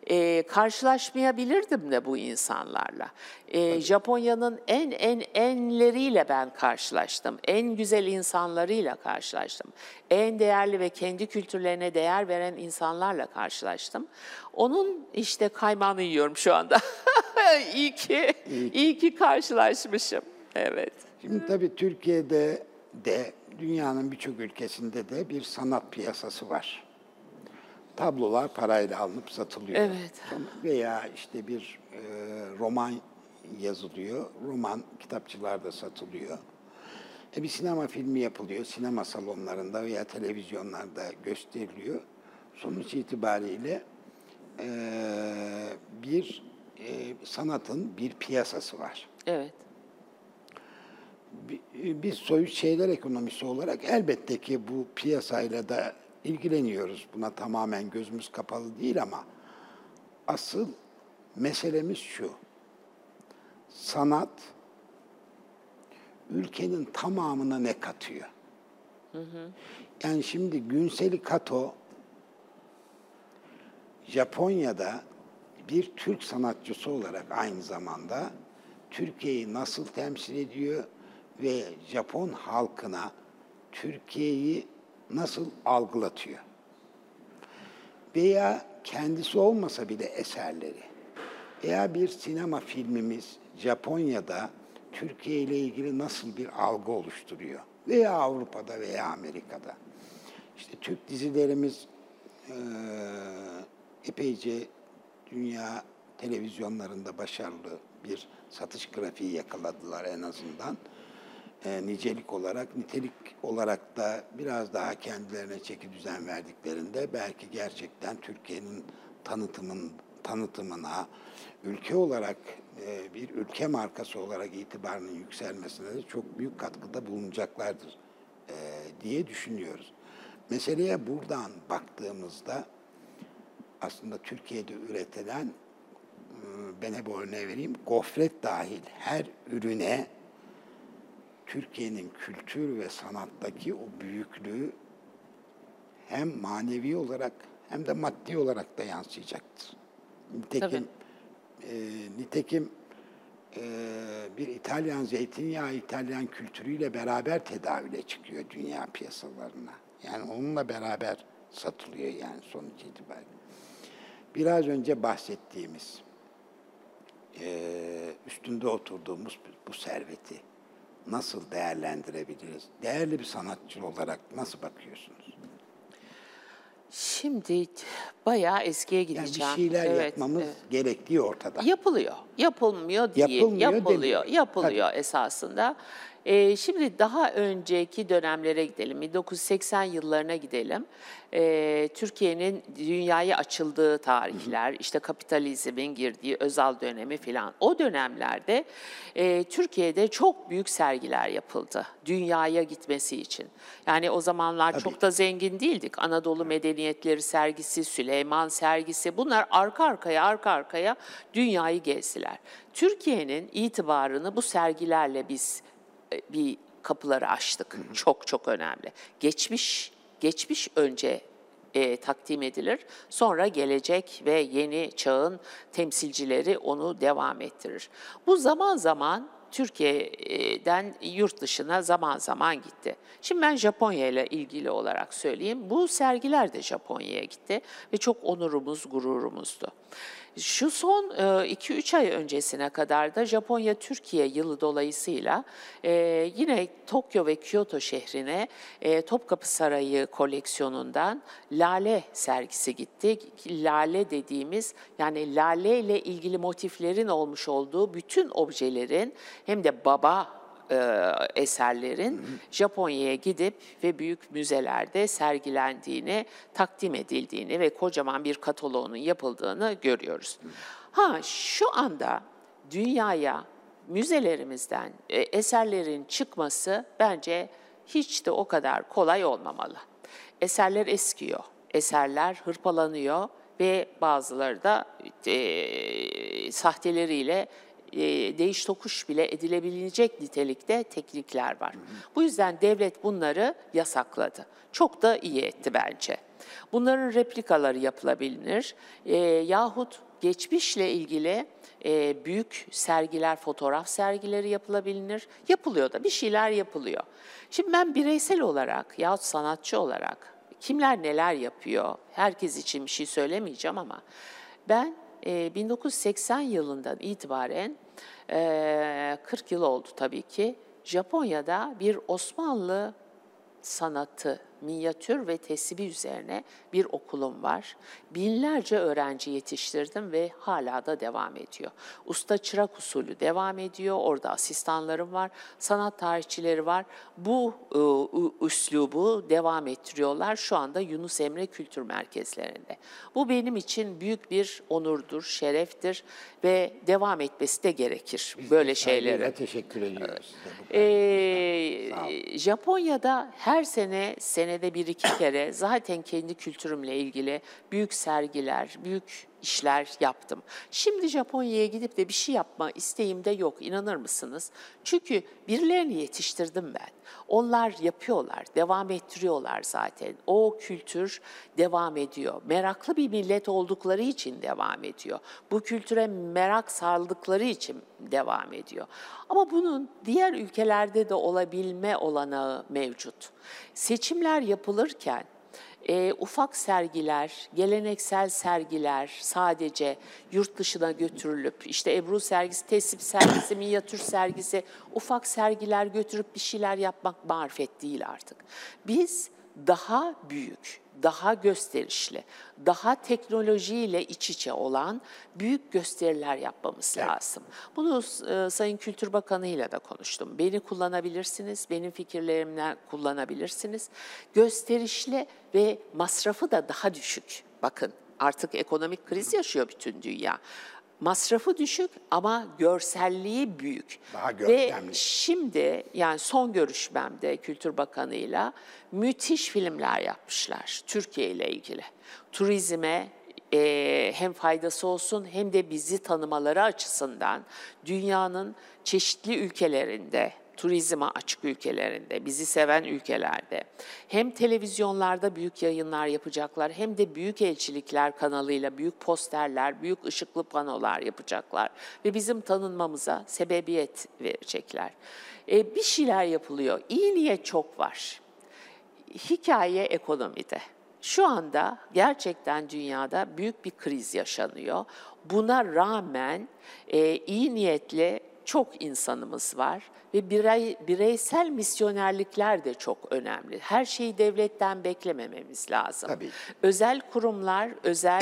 E, karşılaşmayabilirdim de bu insanlarla. E, Japonya'nın en en enleriyle ben karşılaştım. En güzel insanlarıyla karşılaştım. En değerli ve kendi kültürlerine değer veren insanlarla karşılaştım. Onun işte kaymağını yiyorum şu anda. İyi ki, iyi. iyi ki karşılaşmışım. Evet. Şimdi tabii Türkiye'de de dünyanın birçok ülkesinde de bir sanat piyasası var. Tablolar parayla alınıp satılıyor. Evet. Veya işte bir e, roman yazılıyor. Roman kitapçılarda satılıyor. E, bir sinema filmi yapılıyor. Sinema salonlarında veya televizyonlarda gösteriliyor. Sonuç itibariyle e, bir e, sanatın bir piyasası var. Evet. Biz soyut şeyler ekonomisi olarak elbette ki bu piyasayla da ilgileniyoruz. Buna tamamen gözümüz kapalı değil ama asıl meselemiz şu. Sanat ülkenin tamamına ne katıyor? Hı hı. Yani şimdi Günseli Kato Japonya'da bir Türk sanatçısı olarak aynı zamanda Türkiye'yi nasıl temsil ediyor ve Japon halkına Türkiye'yi nasıl algılatıyor? Veya kendisi olmasa bile eserleri veya bir sinema filmimiz Japonya'da Türkiye ile ilgili nasıl bir algı oluşturuyor? Veya Avrupa'da veya Amerika'da. İşte Türk dizilerimiz e, epeyce dünya televizyonlarında başarılı bir satış grafiği yakaladılar en azından. E, nicelik olarak, nitelik olarak da biraz daha kendilerine çeki düzen verdiklerinde belki gerçekten Türkiye'nin tanıtımın tanıtımına, ülke olarak e, bir ülke markası olarak itibarının yükselmesine de çok büyük katkıda bulunacaklardır e, diye düşünüyoruz. Meseleye buradan baktığımızda aslında Türkiye'de üretilen, ben hep örneği vereyim, gofret dahil her ürüne Türkiye'nin kültür ve sanattaki o büyüklüğü hem manevi olarak hem de maddi olarak da yansıyacaktır. Nitekim, e, nitekim e, bir İtalyan zeytinyağı İtalyan kültürüyle beraber tedavüle çıkıyor dünya piyasalarına. Yani onunla beraber satılıyor yani sonuç itibariyle. Biraz önce bahsettiğimiz, e, üstünde oturduğumuz bu serveti nasıl değerlendirebiliriz? Değerli bir sanatçı olarak nasıl bakıyorsunuz? Şimdi bayağı eskiye gideceğim. Yani bir şeyler evet, yapmamız evet. gerektiği ortada. Yapılıyor. Yapılmıyor değil. Yapılmıyor Yapılıyor. demiyor. Yapılıyor Tabii. esasında. Ee, şimdi daha önceki dönemlere gidelim. bin dokuz yüz seksen yıllarına gidelim. Ee, Türkiye'nin dünyaya açıldığı tarihler, hı hı. işte kapitalizmin girdiği Özal dönemi filan. O dönemlerde e, Türkiye'de çok büyük sergiler yapıldı dünyaya gitmesi için. Yani o zamanlar Tabii. çok da zengin değildik. Anadolu Medeniyetleri sergisi, Süleyman sergisi, bunlar arka arkaya arka arkaya dünyayı gezdiler. Türkiye'nin itibarını bu sergilerle biz bir kapıları açtık. Hı hı. Çok çok önemli. Geçmiş geçmiş önce e, takdim edilir. Sonra gelecek ve yeni çağın temsilcileri onu devam ettirir. Bu zaman zaman Türkiye'den yurt dışına zaman zaman gitti. Şimdi ben Japonya ile ilgili olarak söyleyeyim. Bu sergiler de Japonya'ya gitti ve çok onurumuz, gururumuzdu. Şu son iki üç ay öncesine kadar da Japonya-Türkiye yılı dolayısıyla e, yine Tokyo ve Kyoto şehrine e, Topkapı Sarayı koleksiyonundan lale sergisi gitti. Lale dediğimiz, yani lale ile ilgili motiflerin olmuş olduğu bütün objelerin hem de baba e, eserlerin Japonya'ya gidip ve büyük müzelerde sergilendiğini, takdim edildiğini ve kocaman bir kataloğunun yapıldığını görüyoruz. Ha, şu anda dünyaya müzelerimizden e, eserlerin çıkması bence hiç de o kadar kolay olmamalı. Eserler eskiyor, eserler hırpalanıyor ve bazıları da e, sahteleriyle e, değiş tokuş bile edilebilecek nitelikte teknikler var. Hı hı. Bu yüzden devlet bunları yasakladı. Çok da iyi etti bence. Bunların replikaları yapılabilir e, yahut geçmişle ilgili e, büyük sergiler, fotoğraf sergileri yapılabilir. Yapılıyor da, bir şeyler yapılıyor. Şimdi ben bireysel olarak yahut sanatçı olarak kimler neler yapıyor, herkes için bir şey söylemeyeceğim ama ben e, bin dokuz yüz seksen yılından itibaren, e, kırk yıl oldu tabii ki, Japonya'da bir Osmanlı sanatı, minyatür ve tesbihi üzerine bir okulum var. Binlerce öğrenci yetiştirdim ve hala da devam ediyor. Usta çırak usulü devam ediyor. Orada asistanlarım var, sanat tarihçileri var. Bu e, üslubu devam ettiriyorlar şu anda Yunus Emre Kültür Merkezlerinde. Bu benim için büyük bir onurdur, şereftir ve devam etmesi de gerekir Biz böyle de şeylere. teşekkür ediyoruz size. Bu Ee, Japonya'da her sene, senede bir iki kere zaten kendi kültürümle ilgili büyük sergiler, büyük işler yaptım. Şimdi Japonya'ya gidip de bir şey yapma isteğim de yok, inanır mısınız? Çünkü birilerini yetiştirdim ben. Onlar yapıyorlar, devam ettiriyorlar zaten. O kültür devam ediyor. Meraklı bir millet oldukları için devam ediyor. Bu kültüre merak sarıldıkları için devam ediyor. Ama bunun diğer ülkelerde de olabilme olanağı mevcut. Seçimler yapılırken E, ufak sergiler, geleneksel sergiler sadece yurt dışına götürülüp, işte Ebru sergisi, tesip sergisi, minyatür sergisi, ufak sergiler götürüp bir şeyler yapmak marifet değil artık. Biz daha büyük, daha gösterişli, daha teknolojiyle iç içe olan büyük gösteriler yapmamız Evet. lazım. Bunu e, Sayın Kültür Bakanı ile de konuştum. Beni kullanabilirsiniz, benim fikirlerimle kullanabilirsiniz. Gösterişli ve masrafı da daha düşük. Bakın, artık ekonomik kriz yaşıyor bütün dünya. Masrafı düşük ama görselliği büyük. Daha Ve görkemli. şimdi, yani son görüşmemde Kültür Bakanı'yla müthiş filmler yapmışlar Türkiye ile ilgili. Turizme e, hem faydası olsun hem de bizi tanımaları açısından dünyanın çeşitli ülkelerinde, turizme açık ülkelerinde, bizi seven ülkelerde hem televizyonlarda büyük yayınlar yapacaklar hem de büyük elçilikler kanalıyla büyük posterler, büyük ışıklı panolar yapacaklar ve bizim tanınmamıza sebebiyet verecekler. E, bir şeyler yapılıyor. İyi niyet çok var. Hikaye ekonomide. Şu anda gerçekten dünyada büyük bir kriz yaşanıyor. Buna rağmen e, iyi niyetli çok insanımız var ve birey, bireysel misyonerlikler de çok önemli. Her şeyi devletten beklemememiz lazım. Tabii. Özel kurumlar, özel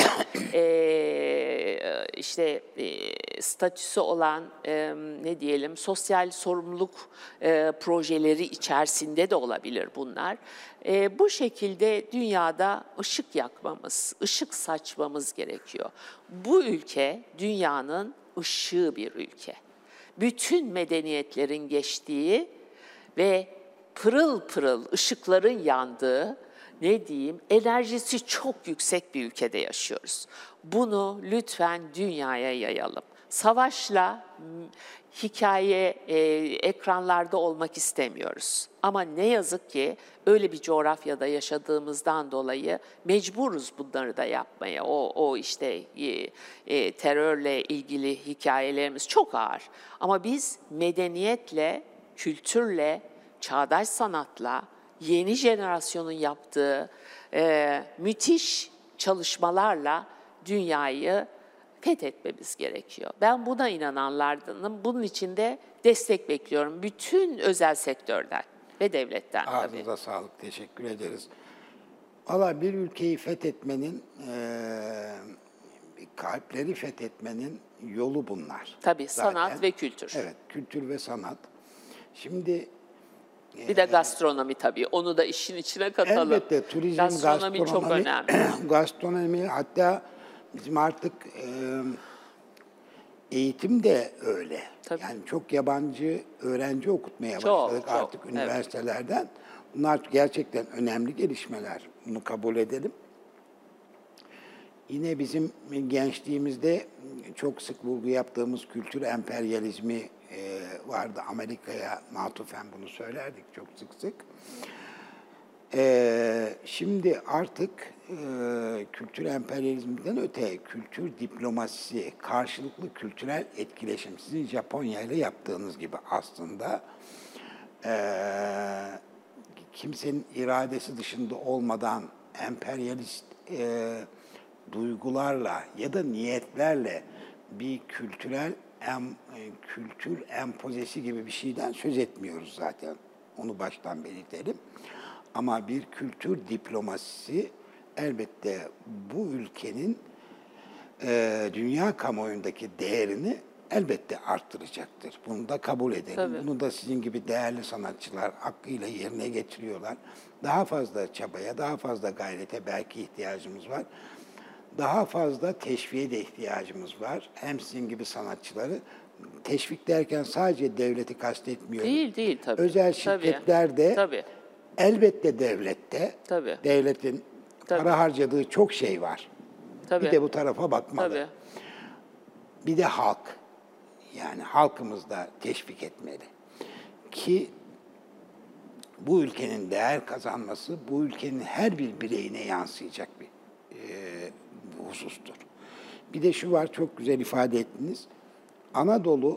e, işte e, statüsü olan e, ne diyelim sosyal sorumluluk e, projeleri içerisinde de olabilir bunlar. E, bu şekilde dünyada ışık yakmamız, ışık saçmamız gerekiyor. Bu ülke dünyanın ışığı bir ülke. Bütün medeniyetlerin geçtiği ve pırıl pırıl ışıkların yandığı, ne diyeyim, enerjisi çok yüksek bir ülkede yaşıyoruz. Bunu lütfen dünyaya yayalım. Savaşla hikaye e, ekranlarda olmak istemiyoruz. Ama ne yazık ki öyle bir coğrafyada yaşadığımızdan dolayı mecburuz bunları da yapmaya. O, o işte e, e, terörle ilgili hikayelerimiz çok ağır. Ama biz medeniyetle, kültürle, çağdaş sanatla, yeni jenerasyonun yaptığı e, müthiş çalışmalarla dünyayı fethetmemiz gerekiyor. Ben buna inananlardanım. Bunun için de destek bekliyorum. Bütün özel sektörden ve devletten tabii. Ağzınıza sağlık. Teşekkür ederiz. Valla bir ülkeyi fethetmenin, e, kalpleri fethetmenin yolu bunlar. Tabii, Zaten. sanat ve kültür. Evet, kültür ve sanat. Şimdi bir de gastronomi tabii. Onu da işin içine katalım. elbette turizm, gastronomi, gastronomi çok önemli. gastronomi, hatta bizim artık e, eğitim de öyle. Tabii. Yani çok yabancı öğrenci okutmaya Çok, başladık çok, artık evet. üniversitelerden. Bunlar gerçekten önemli gelişmeler. Bunu kabul edelim. Yine bizim gençliğimizde çok sık vurgu yaptığımız kültür emperyalizmi e, vardı. Amerika'ya matufen bunu söylerdik çok sık sık. Ee, şimdi artık e, kültür emperyalizminden öte kültür diplomasisi, karşılıklı kültürel etkileşim, sizin Japonya ile yaptığınız gibi aslında e, kimsenin iradesi dışında olmadan emperyalist e, duygularla ya da niyetlerle bir kültürel em, e, kültür empozesi gibi bir şeyden söz etmiyoruz zaten. Onu baştan belirtelim. Ama bir kültür diplomasisi elbette bu ülkenin e, dünya kamuoyundaki değerini elbette arttıracaktır. Bunu da kabul edelim. Tabii. Bunu da sizin gibi değerli sanatçılar hakkıyla yerine getiriyorlar. Daha fazla çabaya, daha fazla gayrete belki ihtiyacımız var. Daha fazla teşviğe de ihtiyacımız var. Hem sizin gibi sanatçıları teşvik derken sadece devleti kastetmiyorum. Değil, değil tabii. Özel Tabii. şirketler de Tabii. elbette devlette, Tabii. devletin Tabii. para harcadığı çok şey var. Tabii. Bir de bu tarafa bakmalı. Tabii. Bir de halk. Yani halkımız da teşvik etmeli. Ki bu ülkenin değer kazanması, bu ülkenin her bir bireyine yansıyacak bir e, husustur. Bir de şu var, çok güzel ifade ettiniz. Anadolu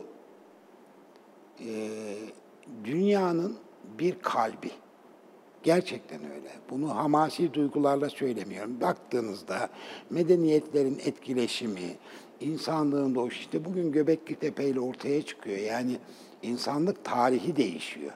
e, dünyanın bir kalbi. Gerçekten öyle. Bunu hamasi duygularla söylemiyorum. Baktığınızda medeniyetlerin etkileşimi, insanlığın doğuşu, işte bugün Göbekli Tepe ile ortaya çıkıyor. Yani insanlık tarihi değişiyor.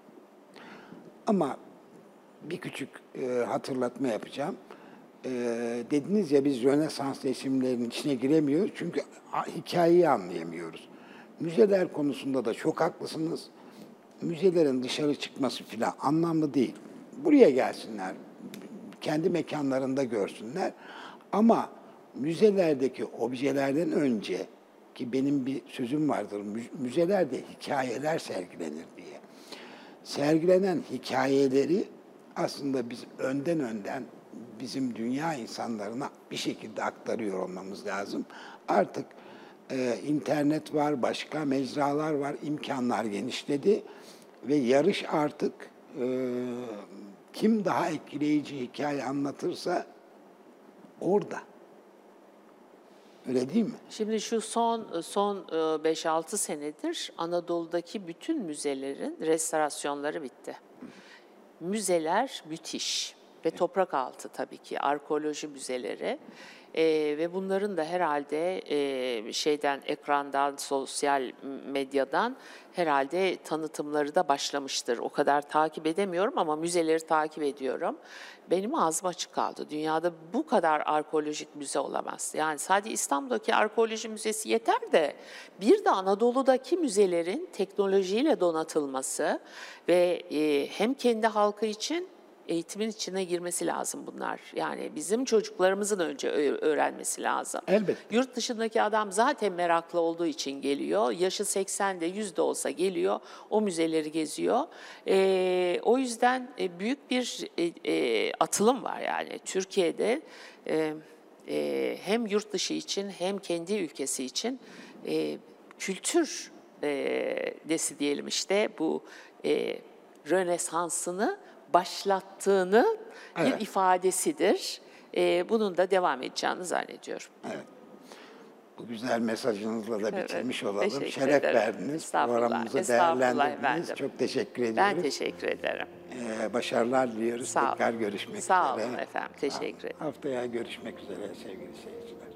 Ama bir küçük e, hatırlatma yapacağım. E, dediniz ya, biz Rönesans resimlerinin içine giremiyoruz çünkü hikayeyi anlayamıyoruz. Müzeler konusunda da çok haklısınız. Müzelerin dışarı çıkması filan anlamlı değil. Buraya gelsinler, kendi mekanlarında görsünler. Ama müzelerdeki objelerden önce, ki benim bir sözüm vardır, müzelerde hikayeler sergilenir diye. Sergilenen hikayeleri aslında biz önden önden bizim dünya insanlarına bir şekilde aktarıyor olmamız lazım. Artık e, internet var, başka mecralar var, imkanlar genişledi ve yarış artık e, kim daha etkileyici hikaye anlatırsa orada. Öyle değil mi? Şimdi şu son son beş altı senedir Anadolu'daki bütün müzelerin restorasyonları bitti. Müzeler müthiş ve toprak altı tabii ki arkeoloji müzeleri. Ee, ve bunların da herhalde e, şeyden, ekrandan, sosyal medyadan herhalde tanıtımları da başlamıştır. O kadar takip edemiyorum ama müzeleri takip ediyorum. Benim ağzım açık kaldı. Dünyada bu kadar arkeolojik müze olamaz. Yani sadece İstanbul'daki arkeoloji müzesi yeter de bir de Anadolu'daki müzelerin teknolojiyle donatılması ve e, hem kendi halkı için eğitimin içine girmesi lazım bunlar. Yani bizim çocuklarımızın önce öğrenmesi lazım. Elbette. Yurt dışındaki adam zaten meraklı olduğu için geliyor. Yaşı seksende, yüzde olsa geliyor. O müzeleri geziyor. Ee, o yüzden büyük bir e, e, atılım var yani. Türkiye'de e, e, hem yurt dışı için hem kendi ülkesi için e, kültür e, desi diyelim işte bu e, Rönesans'ını başlattığını evet. bir ifadesidir. Ee, bunun da devam edeceğini zannediyorum. Evet. Bu güzel mesajınızla da bitirmiş evet, olalım. Şeref ederim. verdiniz. Programımızı değerlendirdiniz. Çok teşekkür ediyoruz. Ben teşekkür ederim. Ee, başarılar diliyoruz. Sağ Tekrar görüşmek Sağ üzere. olun efendim. Teşekkür ederim. Haftaya görüşmek üzere sevgili seyirciler.